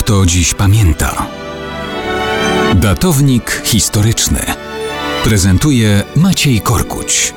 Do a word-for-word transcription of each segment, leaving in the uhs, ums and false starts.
kto dziś pamięta. Datownik historyczny prezentuje Maciej Korkuć.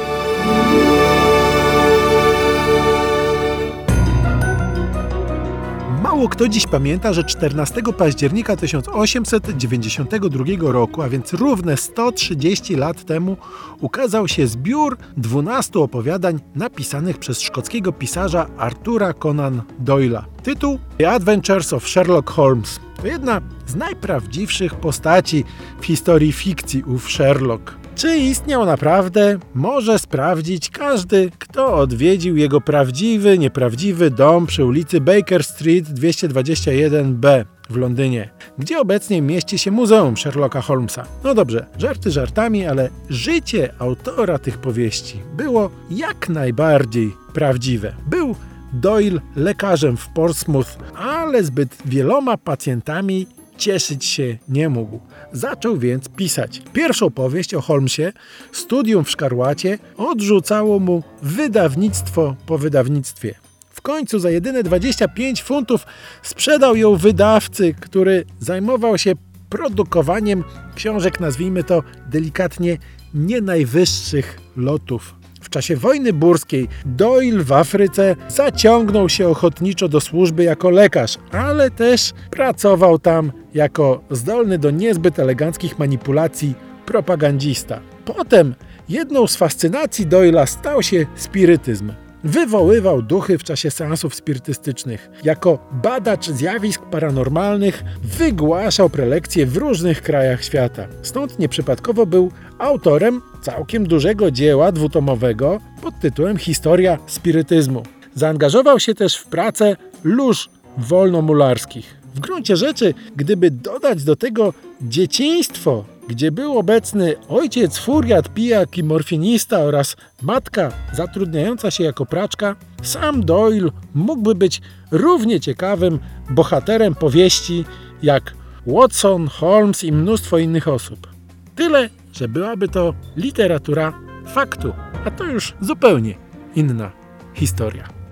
Mało kto dziś pamięta, że czternastego października tysiąc osiemset dziewięćdziesiątego drugiego roku, a więc równe sto trzydzieści lat temu, ukazał się zbiór dwunastu opowiadań napisanych przez szkockiego pisarza Artura Conan Doyle'a. Tytuł The Adventures of Sherlock Holmes. To jedna z najprawdziwszych postaci w historii fikcji ów Sherlock. Czy istniał naprawdę? Może sprawdzić każdy, kto odwiedził jego prawdziwy, nieprawdziwy dom przy ulicy Baker Street dwieście dwadzieścia jeden B w Londynie, gdzie obecnie mieści się Muzeum Sherlocka Holmesa. No dobrze, żarty żartami, ale życie autora tych powieści było jak najbardziej prawdziwe. Był Doyle lekarzem w Portsmouth, ale zbyt wieloma pacjentami cieszyć się nie mógł. Zaczął więc pisać. Pierwszą powieść o Holmesie, Studium w szkarłacie, odrzucało mu wydawnictwo po wydawnictwie. W końcu za jedyne dwadzieścia pięć funtów sprzedał ją wydawcy, który zajmował się produkowaniem książek, nazwijmy to delikatnie, nie najwyższych lotów. W czasie wojny burskiej Doyle w Afryce zaciągnął się ochotniczo do służby jako lekarz, ale też pracował tam jako zdolny do niezbyt eleganckich manipulacji propagandista. Potem jedną z fascynacji Doyle'a stał się spirytyzm. Wywoływał duchy w czasie seansów spirytystycznych. Jako badacz zjawisk paranormalnych wygłaszał prelekcje w różnych krajach świata. Stąd nieprzypadkowo był autorem całkiem dużego dzieła dwutomowego pod tytułem Historia spirytyzmu. Zaangażował się też w pracę lóż wolnomularskich. W gruncie rzeczy, gdyby dodać do tego dzieciństwo, gdzie był obecny ojciec furiat, pijak i morfinista oraz matka zatrudniająca się jako praczka, sam Doyle mógłby być równie ciekawym bohaterem powieści jak Watson, Holmes i mnóstwo innych osób. Tyle, że byłaby to literatura faktu, a to już zupełnie inna historia.